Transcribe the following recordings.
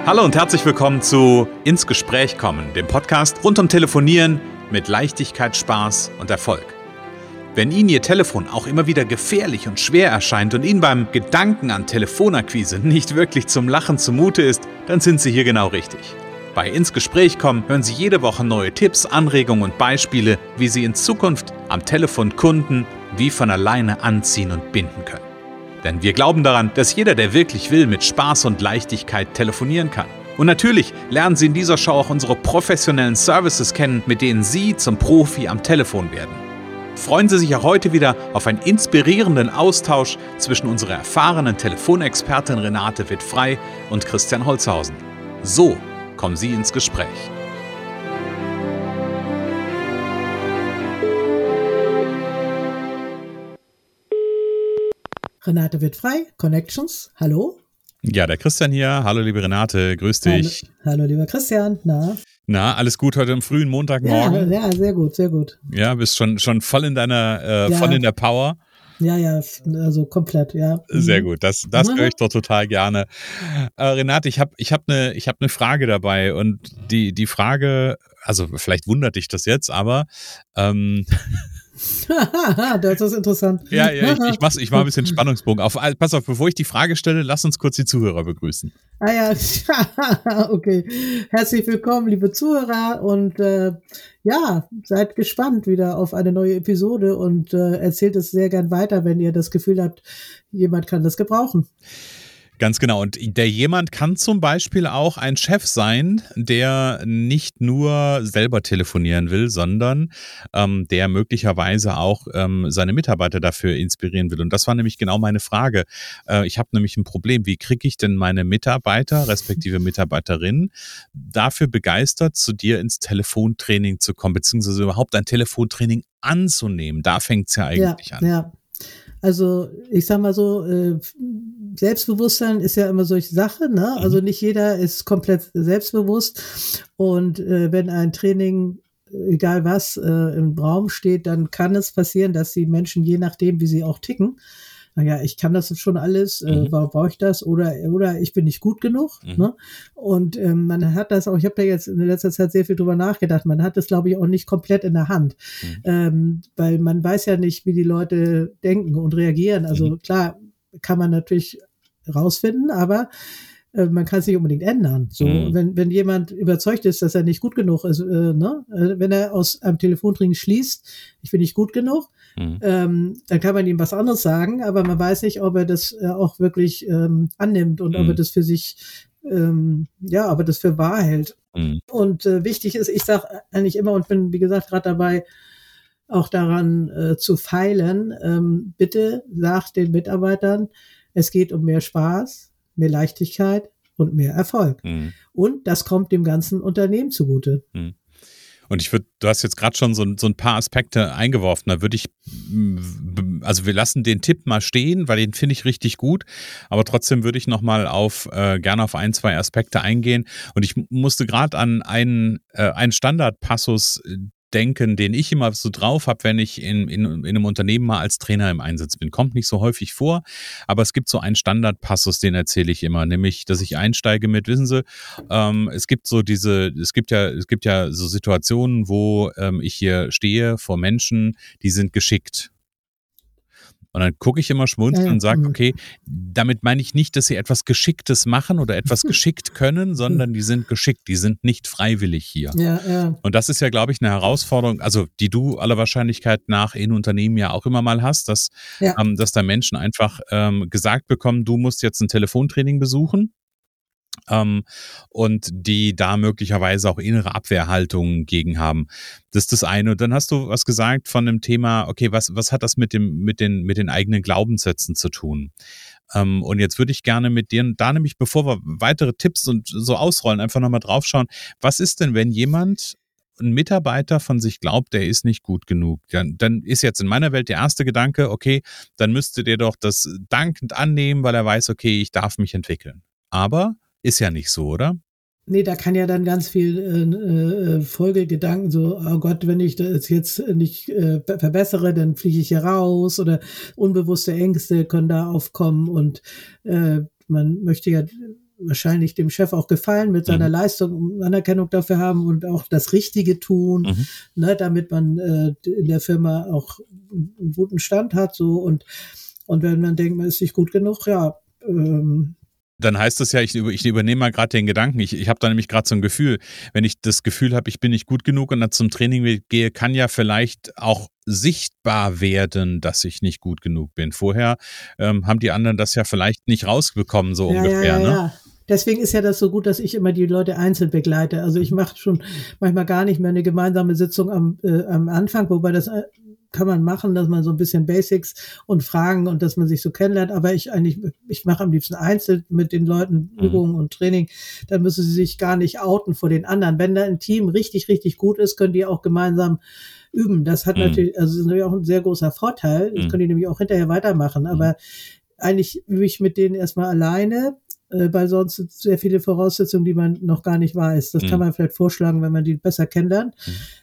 Hallo und herzlich willkommen zu Ins Gespräch kommen, dem Podcast rund um Telefonieren mit Leichtigkeit, Spaß und Erfolg. Wenn Ihnen Ihr Telefon auch immer wieder gefährlich und schwer erscheint und Ihnen beim Gedanken an Telefonakquise nicht wirklich zum Lachen zumute ist, dann sind Sie hier genau richtig. Bei Ins Gespräch kommen hören Sie jede Woche neue Tipps, Anregungen und Beispiele, wie Sie in Zukunft am Telefon Kunden wie von alleine anziehen und binden können. Denn wir glauben daran, dass jeder, der wirklich will, mit Spaß und Leichtigkeit telefonieren kann. Und natürlich lernen Sie in dieser Show auch unsere professionellen Services kennen, mit denen Sie zum Profi am Telefon werden. Freuen Sie sich auch heute wieder auf einen inspirierenden Austausch zwischen unserer erfahrenen Telefonexpertin Renate Witt-Frey und Christian Holzhausen. So kommen Sie ins Gespräch. Renate Witt-Frey, Connections, hallo. Ja, der Christian hier. Hallo liebe Renate, grüß dich. Hallo lieber Christian, Na, alles gut heute am frühen Montagmorgen? Ja, sehr gut, sehr gut. Ja, bist schon voll in deiner, voll in der Power. Ja, also komplett, ja. Sehr gut, das höre ich doch total gerne. Renate, ich hab ne Frage dabei und die Frage, also vielleicht wundert dich das jetzt, aber das ist interessant. Ja, ich mach ein bisschen Spannungsbogen auf. Pass auf, bevor ich die Frage stelle, lass uns kurz die Zuhörer begrüßen. Ah ja, okay. Herzlich willkommen, liebe Zuhörer, und seid gespannt wieder auf eine neue Episode und erzählt es sehr gern weiter, wenn ihr das Gefühl habt, jemand kann das gebrauchen. Ganz genau. Und der jemand kann zum Beispiel auch ein Chef sein, der nicht nur selber telefonieren will, sondern der möglicherweise auch seine Mitarbeiter dafür inspirieren will. Und das war nämlich genau meine Frage. Ich habe nämlich ein Problem. Wie kriege ich denn meine Mitarbeiter, respektive Mitarbeiterinnen, dafür begeistert, zu dir ins Telefontraining zu kommen, beziehungsweise überhaupt ein Telefontraining anzunehmen? Da fängt es ja eigentlich an. Ja. Also ich sag mal so, Selbstbewusstsein ist ja immer solche Sache, ne? Also nicht jeder ist komplett selbstbewusst, und wenn ein Training, egal was, im Raum steht, dann kann es passieren, dass die Menschen, je nachdem, wie sie auch ticken, naja, ich kann das schon alles, warum brauche ich das? Oder ich bin nicht gut genug. Ne? Und man hat das auch, ich habe da jetzt in letzter Zeit sehr viel drüber nachgedacht, man hat das, glaube ich, auch nicht komplett in der Hand. Weil man weiß ja nicht, wie die Leute denken und reagieren. Also klar, kann man natürlich rausfinden, aber man kann es nicht unbedingt ändern. So, wenn jemand überzeugt ist, dass er nicht gut genug ist, wenn er aus einem Telefontraining schließt, ich bin nicht gut genug, dann kann man ihm was anderes sagen, aber man weiß nicht, ob er das auch wirklich annimmt und ob er das für sich, ob er das für wahr hält. Und wichtig ist, ich sage eigentlich immer und bin, wie gesagt, gerade dabei, auch daran zu feilen, bitte sagt den Mitarbeitern, es geht um mehr Spaß, mehr Leichtigkeit und mehr Erfolg. Und das kommt dem ganzen Unternehmen zugute. Und du hast jetzt gerade schon so ein paar Aspekte eingeworfen. Da würde ich, also wir lassen den Tipp mal stehen, weil den finde ich richtig gut. Aber trotzdem würde ich nochmal gerne auf ein, zwei Aspekte eingehen. Und ich musste gerade an einen Standardpassus denken, den ich immer so drauf habe, wenn ich in einem Unternehmen mal als Trainer im Einsatz bin. Kommt nicht so häufig vor, aber es gibt so einen Standardpassus, den erzähle ich immer, nämlich, dass ich einsteige mit, wissen Sie, es gibt ja so Situationen, wo ich hier stehe vor Menschen, die sind geschickt. Und dann gucke ich immer schmunzeln und sage, okay, damit meine ich nicht, dass sie etwas Geschicktes machen oder etwas geschickt können, sondern die sind geschickt, die sind nicht freiwillig hier. Ja. Und das ist ja, glaube ich, eine Herausforderung, also die du aller Wahrscheinlichkeit nach in Unternehmen ja auch immer mal hast, dass da Menschen einfach gesagt bekommen, du musst jetzt ein Telefontraining besuchen. Und die da möglicherweise auch innere Abwehrhaltungen gegen haben. Das ist das eine. Und dann hast du was gesagt von dem Thema, okay, was hat das mit den eigenen Glaubenssätzen zu tun? Und jetzt würde ich gerne mit dir, da nämlich, bevor wir weitere Tipps und so ausrollen, einfach nochmal drauf schauen, was ist denn, wenn ein Mitarbeiter von sich glaubt, der ist nicht gut genug? Dann ist jetzt in meiner Welt der erste Gedanke, okay, dann müsste der doch das dankend annehmen, weil er weiß, okay, ich darf mich entwickeln. Aber ist ja nicht so, oder? Nee, da kann ja dann ganz viel Folgegedanken, so, oh Gott, wenn ich das jetzt nicht verbessere, dann fliege ich hier raus, oder unbewusste Ängste können da aufkommen, und man möchte ja wahrscheinlich dem Chef auch gefallen mit seiner Leistung, Anerkennung dafür haben und auch das Richtige tun, ne, damit man in der Firma auch einen guten Stand hat, so und wenn man denkt, man ist nicht gut genug, ja, dann heißt das ja, ich übernehme mal gerade den Gedanken, ich habe da nämlich gerade so ein Gefühl, wenn ich das Gefühl habe, ich bin nicht gut genug und dann zum Training gehe, kann ja vielleicht auch sichtbar werden, dass ich nicht gut genug bin. Vorher haben die anderen das ja vielleicht nicht rausbekommen, so ungefähr, ne? Ja. Deswegen ist ja das so gut, dass ich immer die Leute einzeln begleite. Also ich mache schon manchmal gar nicht mehr eine gemeinsame Sitzung am Anfang, wobei das kann man machen, dass man so ein bisschen Basics und Fragen und dass man sich so kennenlernt. Aber ich mache am liebsten einzeln mit den Leuten Übungen und Training. Dann müssen sie sich gar nicht outen vor den anderen. Wenn da ein Team richtig, richtig gut ist, können die auch gemeinsam üben. Das hat natürlich, also ist natürlich auch ein sehr großer Vorteil. Das können die nämlich auch hinterher weitermachen. Aber eigentlich übe ich mit denen erstmal alleine, weil sonst sind sehr viele Voraussetzungen, die man noch gar nicht weiß. Das kann man vielleicht vorschlagen, wenn man die besser kennenlernt.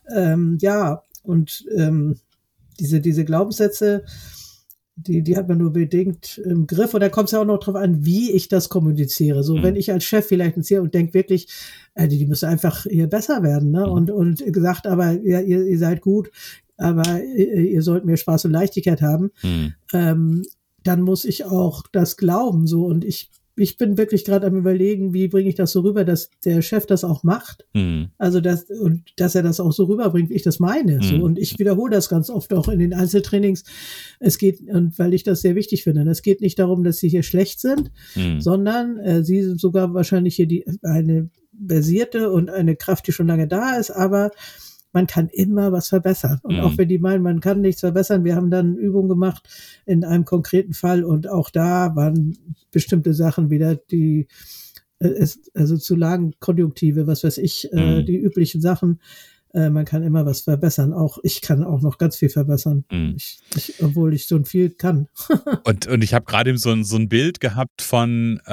Diese Glaubenssätze, die hat man nur bedingt im Griff. Und da kommt es ja auch noch drauf an, wie ich das kommuniziere. So, wenn ich als Chef vielleicht sehe und denke wirklich, die müssen einfach hier besser werden, ne? Und gesagt, aber ja, ihr seid gut, aber ihr sollt mehr Spaß und Leichtigkeit haben, dann muss ich auch das glauben. So, und ich bin wirklich gerade am Überlegen, wie bringe ich das so rüber, dass der Chef das auch macht. Also dass er das auch so rüberbringt, wie ich das meine. So, und ich wiederhole das ganz oft auch in den Einzeltrainings. Es geht, und weil ich das sehr wichtig finde, es geht nicht darum, dass sie hier schlecht sind, sondern sie sind sogar wahrscheinlich hier eine versierte und eine Kraft, die schon lange da ist, aber man kann immer was verbessern. Und auch wenn die meinen, man kann nichts verbessern, wir haben dann Übungen gemacht in einem konkreten Fall und auch da waren bestimmte Sachen wieder, also zu langen Konjunktive, was weiß ich, die üblichen Sachen. Man kann immer was verbessern. Auch ich kann auch noch ganz viel verbessern, obwohl ich schon viel kann. Und ich habe gerade so ein Bild gehabt von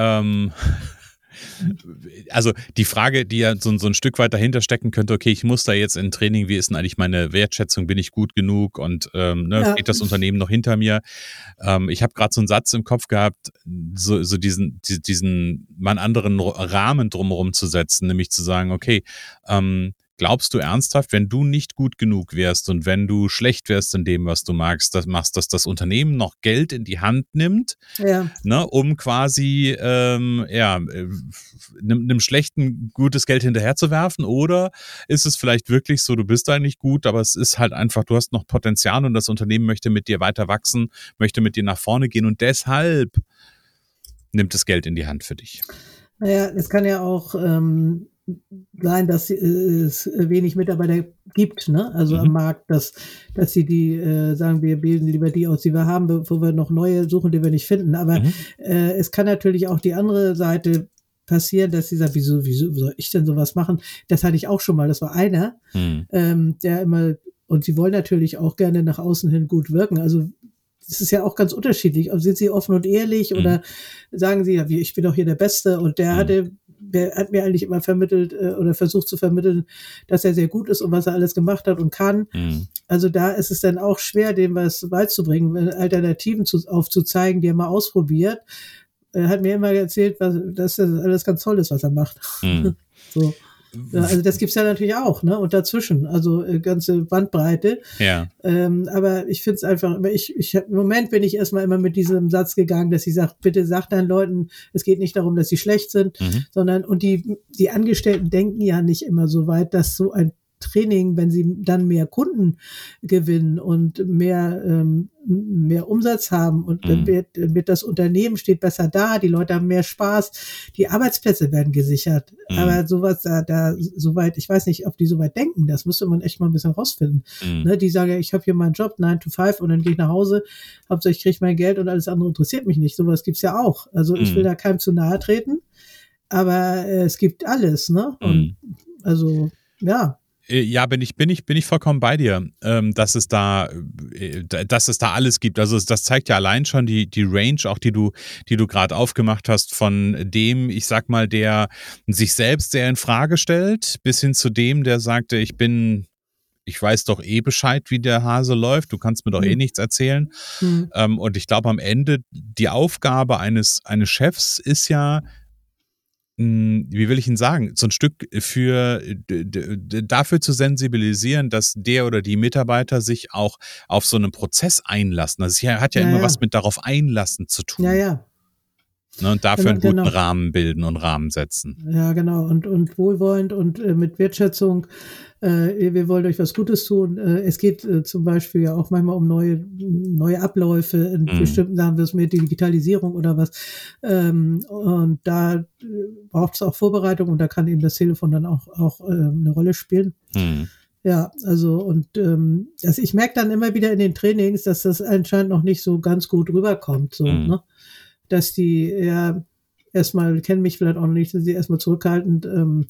also die Frage, die ja so ein Stück weit dahinter stecken könnte, okay, ich muss da jetzt in Training, wie ist denn eigentlich meine Wertschätzung, bin ich gut genug und steht das Unternehmen noch hinter mir? Ich habe gerade so einen Satz im Kopf gehabt, so diesen mal einen anderen Rahmen drumherum zu setzen, nämlich zu sagen, okay, glaubst du ernsthaft, wenn du nicht gut genug wärst und wenn du schlecht wärst in dem, was du machst, dass das Unternehmen noch Geld in die Hand nimmt, ne, um quasi einem Schlechten gutes Geld hinterherzuwerfen? Oder ist es vielleicht wirklich so, du bist eigentlich gut, aber es ist halt einfach, du hast noch Potenzial und das Unternehmen möchte mit dir weiter wachsen, möchte mit dir nach vorne gehen und deshalb nimmt es Geld in die Hand für dich? Naja, es kann ja auch sein, dass es wenig Mitarbeiter gibt, ne? Also am Markt, dass sie sagen, wir bilden lieber die aus, die wir haben, bevor wir noch neue suchen, die wir nicht finden. Aber es kann natürlich auch die andere Seite passieren, dass sie sagt, wieso soll ich denn sowas machen? Das hatte ich auch schon mal. Das war einer, der immer, und sie wollen natürlich auch gerne nach außen hin gut wirken. Also das ist ja auch ganz unterschiedlich. Also sind sie offen und ehrlich oder sagen sie, ja, ich bin doch hier der Beste, und der hat mir eigentlich immer vermittelt oder versucht zu vermitteln, dass er sehr gut ist und was er alles gemacht hat und kann. Also da ist es dann auch schwer, dem was beizubringen, Alternativen aufzuzeigen, die er mal ausprobiert. Er hat mir immer erzählt, dass das alles ganz toll ist, was er macht. So. Ja, also das gibt's ja natürlich auch, ne? Und dazwischen, also ganze Bandbreite. Ja. Aber ich finde es einfach, im Moment bin ich erstmal immer mit diesem Satz gegangen, dass ich sage, bitte sag deinen Leuten, es geht nicht darum, dass sie schlecht sind, sondern, und die Angestellten denken ja nicht immer so weit, dass so ein Training, wenn sie dann mehr Kunden gewinnen und mehr Umsatz haben und dann wird das Unternehmen steht besser da, die Leute haben mehr Spaß, die Arbeitsplätze werden gesichert. Aber sowas soweit, ich weiß nicht, ob die so weit denken, das müsste man echt mal ein bisschen rausfinden. Ne, die sagen ja, ich habe hier meinen Job 9 to 5 und dann gehe ich nach Hause, Hauptsache ich kriege mein Geld und alles andere interessiert mich nicht. Sowas gibt's ja auch. Also ich will da keinem zu nahe treten, aber es gibt alles, ne? Und also, ja. Ja, bin ich vollkommen bei dir, dass es da alles gibt. Also das zeigt ja allein schon die Range, auch die du gerade aufgemacht hast, von dem, ich sag mal, der sich selbst sehr in Frage stellt, bis hin zu dem, der sagte, ich weiß doch eh Bescheid, wie der Hase läuft, du kannst mir doch eh nichts erzählen. Und ich glaube, am Ende die Aufgabe eines Chefs ist ja, wie will ich Ihnen sagen, so ein Stück dafür zu sensibilisieren, dass der oder die Mitarbeiter sich auch auf so einen Prozess einlassen. Das hat ja immer was mit darauf einlassen zu tun. Ja. Ne, und dafür einen guten Rahmen bilden und Rahmen setzen. Ja, genau. Und wohlwollend und mit Wertschätzung. Wir wollen euch was Gutes tun. Es geht zum Beispiel ja auch manchmal um neue Abläufe in bestimmten Sachen, das mit Digitalisierung oder was. Und da braucht es auch Vorbereitung und da kann eben das Telefon dann auch eine Rolle spielen. Ja, also also ich merke dann immer wieder in den Trainings, dass das anscheinend noch nicht so ganz gut rüberkommt. So, ne? Dass die ja erstmal kennen mich vielleicht auch noch nicht, dass sie erstmal zurückhaltend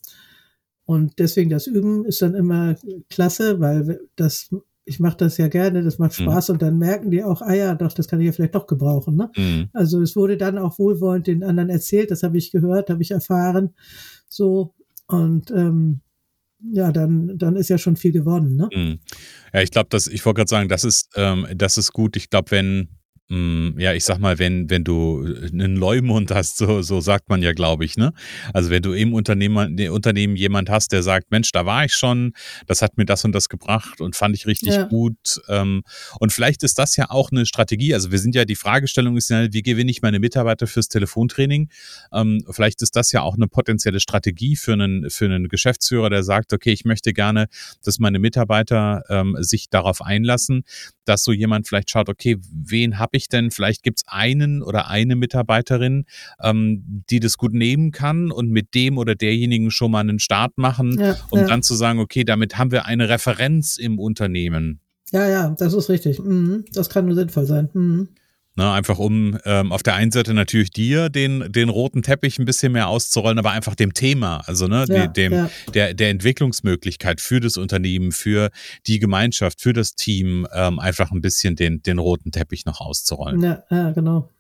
und deswegen das Üben ist dann immer klasse, weil ich mache das ja gerne, das macht Spaß und dann merken die auch, ja, doch, das kann ich ja vielleicht doch gebrauchen. Ne? Also es wurde dann auch wohlwollend den anderen erzählt, das habe ich gehört, habe ich erfahren, so und ja, dann ist ja schon viel gewonnen. Ne? Ja, ich glaube, ich wollte gerade sagen, das ist gut. Ich glaube, ja, ich sag mal, wenn du einen Leumund hast, so sagt man ja, glaube ich, ne? Also wenn du im Unternehmen jemand hast, der sagt, Mensch, da war ich schon, das hat mir das und das gebracht und fand ich richtig gut. Und vielleicht ist das ja auch eine Strategie. Also die Fragestellung ist ja, wie gewinne ich meine Mitarbeiter fürs Telefontraining? Vielleicht ist das ja auch eine potenzielle Strategie für einen Geschäftsführer, der sagt, okay, ich möchte gerne, dass meine Mitarbeiter sich darauf einlassen, dass so jemand vielleicht schaut, okay, wen habe ich denn? Vielleicht gibt es einen oder eine Mitarbeiterin, die das gut nehmen kann und mit dem oder derjenigen schon mal einen Start machen, um dann zu sagen, okay, damit haben wir eine Referenz im Unternehmen. Ja, das ist richtig. Das kann nur sinnvoll sein. Ne, einfach auf der einen Seite natürlich dir den roten Teppich ein bisschen mehr auszurollen, aber einfach dem Thema, also der Entwicklungsmöglichkeit für das Unternehmen, für die Gemeinschaft, für das Team, einfach ein bisschen den roten Teppich noch auszurollen. Ja, genau.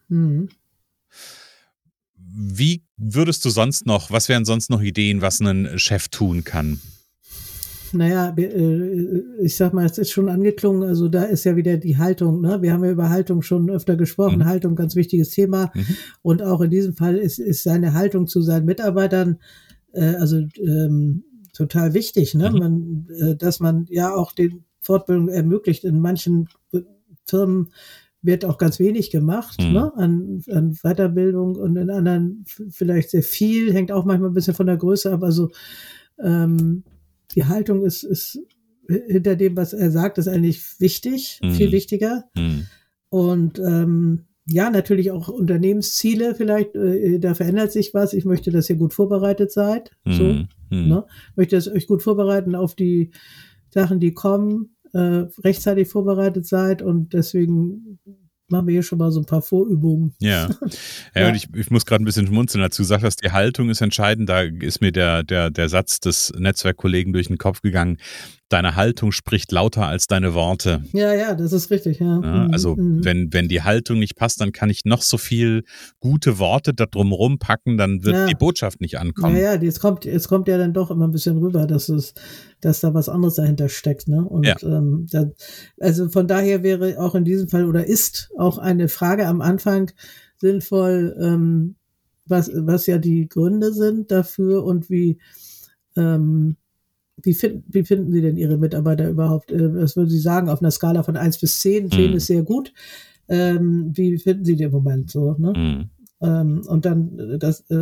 Wie würdest du was wären sonst noch Ideen, was ein Chef tun kann? Naja, ich sag mal, es ist schon angeklungen, also da ist ja wieder die Haltung, ne? Wir haben ja über Haltung schon öfter gesprochen, Haltung, ganz wichtiges Thema. Und auch in diesem Fall ist seine Haltung zu seinen Mitarbeitern total wichtig, ne? Dass man ja auch den Fortbildung ermöglicht. In manchen Firmen wird auch ganz wenig gemacht, ne? An Weiterbildung und in anderen vielleicht sehr viel, hängt auch manchmal ein bisschen von der Größe ab. Also die Haltung ist hinter dem, was er sagt, ist eigentlich wichtig, viel wichtiger. Und ja, natürlich auch Unternehmensziele vielleicht, da verändert sich was. Ich möchte, dass ihr gut vorbereitet seid. So, ne? Ich möchte, dass ihr euch gut vorbereiten auf die Sachen, die kommen, rechtzeitig vorbereitet seid und deswegen machen wir hier schon mal so ein paar Vorübungen. Ja. Und ich muss gerade ein bisschen schmunzeln dazu. Du sagst, die Haltung ist entscheidend. Da ist mir der Satz des Netzwerkkollegen durch den Kopf gegangen. Deine Haltung spricht lauter als deine Worte. Ja, das ist richtig, ja. Also wenn die Haltung nicht passt, dann kann ich noch so viel gute Worte da drumherum packen, dann wird die Botschaft nicht ankommen. Ja, jetzt kommt ja dann doch immer ein bisschen rüber, dass da was anderes dahinter steckt, ne? Und also von daher wäre auch in diesem Fall oder ist auch eine Frage am Anfang sinnvoll, was ja die Gründe sind dafür und wie finden Sie denn Ihre Mitarbeiter überhaupt? Was würden Sie sagen auf einer Skala von 1 bis 10? 10 ist sehr gut. Wie finden Sie den im Moment so? Ne? Und dann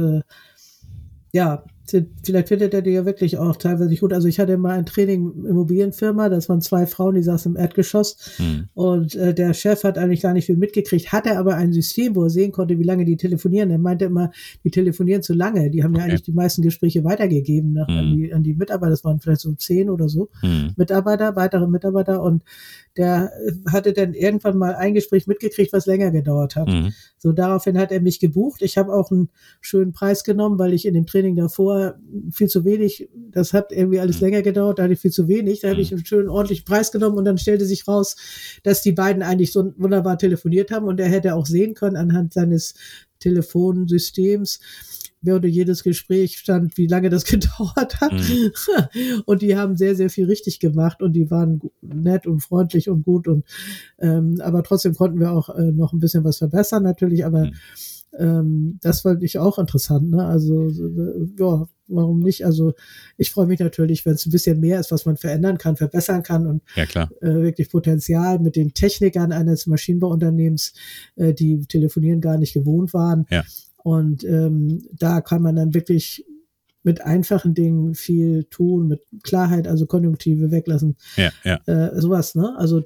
vielleicht findet er die ja wirklich auch teilweise gut. Also ich hatte mal ein Training Immobilienfirma, das waren 2 Frauen, die saßen im Erdgeschoss und der Chef hat eigentlich gar nicht viel mitgekriegt, hatte aber ein System, wo er sehen konnte, wie lange die telefonieren. Er meinte immer, die telefonieren zu lange. Die haben ja eigentlich die meisten Gespräche weitergegeben an die Mitarbeiter. Das waren vielleicht so 10 oder so weitere Mitarbeiter und der hatte dann irgendwann mal ein Gespräch mitgekriegt, was länger gedauert hat. So, daraufhin hat er mich gebucht. Ich habe auch einen schönen Preis genommen, weil ich in dem Training davor viel zu wenig, das hat irgendwie alles länger gedauert, da hatte ich viel zu wenig. Da habe ich einen schönen ordentlichen Preis genommen und dann stellte sich raus, dass die beiden eigentlich so wunderbar telefoniert haben und er hätte auch sehen können anhand seines Telefonsystems, würde jedes Gespräch stand, wie lange das gedauert hat. Und die haben sehr, sehr viel richtig gemacht und die waren nett und freundlich und gut und aber trotzdem konnten wir auch noch ein bisschen was verbessern natürlich, aber das fand ich auch interessant, ne? Also ja, warum nicht? Also ich freue mich natürlich, wenn es ein bisschen mehr ist, was man verändern kann, verbessern kann und ja, klar. Wirklich Potenzial mit den Technikern eines Maschinenbauunternehmens, die telefonieren gar nicht gewohnt waren. Ja. Und da kann man dann wirklich mit einfachen Dingen viel tun, mit Klarheit, also Konjunktive weglassen. Ja. Sowas, ne? Also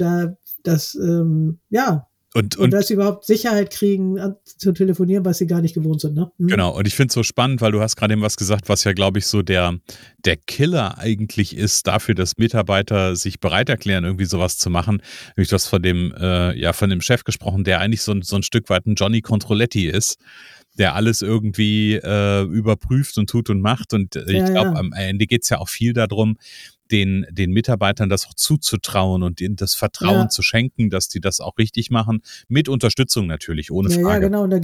Und dass sie überhaupt Sicherheit kriegen, zu telefonieren, was sie gar nicht gewohnt sind. Ne? Genau, und ich finde es so spannend, weil du hast gerade eben was gesagt, was ja, glaube ich, so der Killer eigentlich ist dafür, dass Mitarbeiter sich bereit erklären, irgendwie sowas zu machen. Nämlich du hast von dem Chef gesprochen, der eigentlich so ein Stück weit ein Johnny Controletti ist, der alles irgendwie überprüft und tut und macht. Und ich glaube, am Ende geht es ja auch viel darum, den Mitarbeitern das auch zuzutrauen und ihnen das Vertrauen zu schenken, dass die das auch richtig machen, mit Unterstützung natürlich, ohne Frage. Ja, genau, und da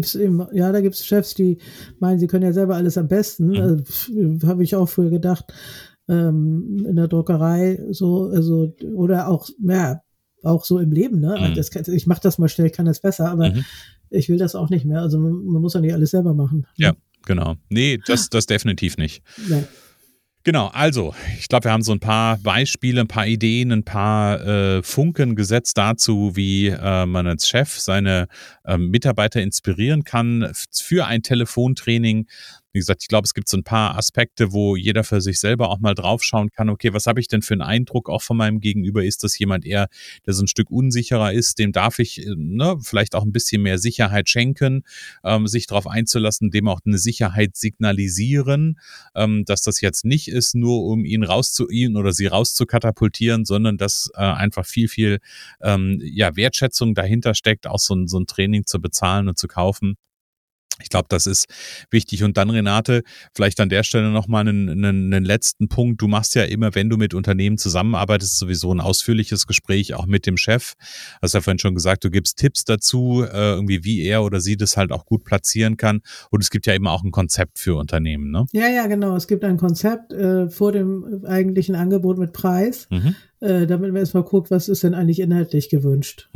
gibt's Chefs, die meinen, sie können ja selber alles am besten. Habe ich auch früher gedacht, in der Druckerei so, also, oder auch so im Leben, ne? Ich mache das mal schnell, ich kann das besser, aber ich will das auch nicht mehr. Also man muss ja nicht alles selber machen. Ja, genau. Nee, das definitiv nicht. Ja. Genau, also ich glaube, wir haben so ein paar Beispiele, ein paar Ideen, ein paar Funken gesetzt dazu, wie man als Chef seine Mitarbeiter inspirieren kann für ein Telefontraining. Wie gesagt, ich glaube, es gibt so ein paar Aspekte, wo jeder für sich selber auch mal draufschauen kann, okay, was habe ich denn für einen Eindruck auch von meinem Gegenüber? Ist das jemand eher, der so ein Stück unsicherer ist? Dem darf ich vielleicht auch ein bisschen mehr Sicherheit schenken, sich darauf einzulassen, dem auch eine Sicherheit signalisieren, dass das jetzt nicht ist, nur um ihn oder sie rauszukatapultieren, sondern dass einfach viel Wertschätzung dahinter steckt, auch so ein Training zu bezahlen und zu kaufen. Ich glaube, das ist wichtig. Und dann, Renate, vielleicht an der Stelle nochmal einen letzten Punkt. Du machst ja immer, wenn du mit Unternehmen zusammenarbeitest, sowieso ein ausführliches Gespräch auch mit dem Chef. Hast ja vorhin schon gesagt, du gibst Tipps dazu, irgendwie wie er oder sie das halt auch gut platzieren kann. Und es gibt ja eben auch ein Konzept für Unternehmen, ne? Ja, genau. Es gibt ein Konzept vor dem eigentlichen Angebot mit Preis, damit man erstmal guckt, was ist denn eigentlich inhaltlich gewünscht.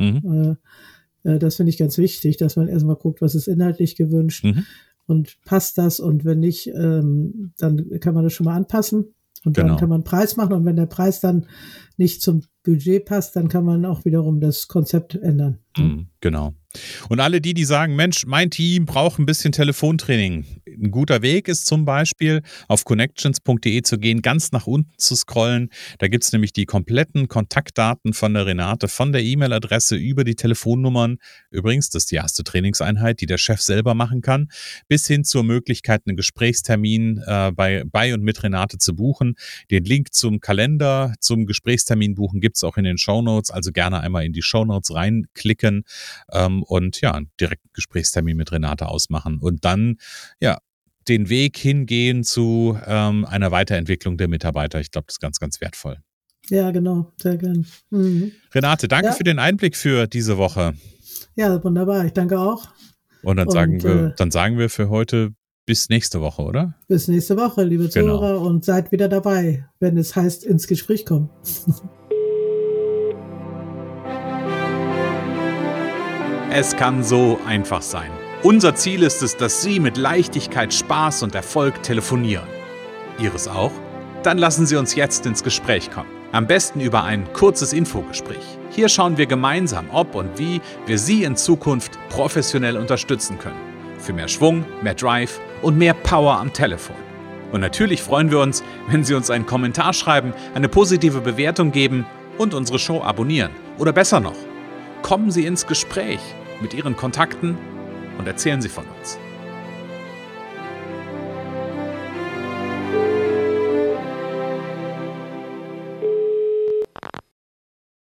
Das finde ich ganz wichtig, dass man erstmal guckt, was ist inhaltlich gewünscht und passt das, und wenn nicht, dann kann man das schon mal anpassen und dann kann man einen Preis machen, und wenn der Preis dann nicht zum Budget passt, dann kann man auch wiederum das Konzept ändern. Genau. Und alle die sagen, Mensch, mein Team braucht ein bisschen Telefontraining. Ein guter Weg ist zum Beispiel, auf connections.de zu gehen, ganz nach unten zu scrollen. Da gibt es nämlich die kompletten Kontaktdaten von der Renate, von der E-Mail-Adresse über die Telefonnummern. Übrigens, das ist die erste Trainingseinheit, die der Chef selber machen kann, bis hin zur Möglichkeit, einen Gesprächstermin bei und mit Renate zu buchen. Den Link zum Kalender, zum Gesprächstermin buchen gibt es auch in den Shownotes, also gerne einmal in die Shownotes reinklicken und direkt einen Gesprächstermin mit Renate ausmachen und dann den Weg hingehen zu einer Weiterentwicklung der Mitarbeiter. Ich glaube, das ist ganz, ganz wertvoll. Ja, genau, sehr gern. Renate, danke für den Einblick für diese Woche. Ja, wunderbar, ich danke auch. Und dann sagen wir für heute bis nächste Woche, oder? Bis nächste Woche, liebe Zuhörer, und seid wieder dabei, wenn es heißt, ins Gespräch kommen. Es kann so einfach sein. Unser Ziel ist es, dass Sie mit Leichtigkeit, Spaß und Erfolg telefonieren. Ihres auch? Dann lassen Sie uns jetzt ins Gespräch kommen. Am besten über ein kurzes Infogespräch. Hier schauen wir gemeinsam, ob und wie wir Sie in Zukunft professionell unterstützen können. Für mehr Schwung, mehr Drive und mehr Power am Telefon. Und natürlich freuen wir uns, wenn Sie uns einen Kommentar schreiben, eine positive Bewertung geben und unsere Show abonnieren. Oder besser noch, kommen Sie ins Gespräch mit Ihren Kontakten und erzählen Sie von uns.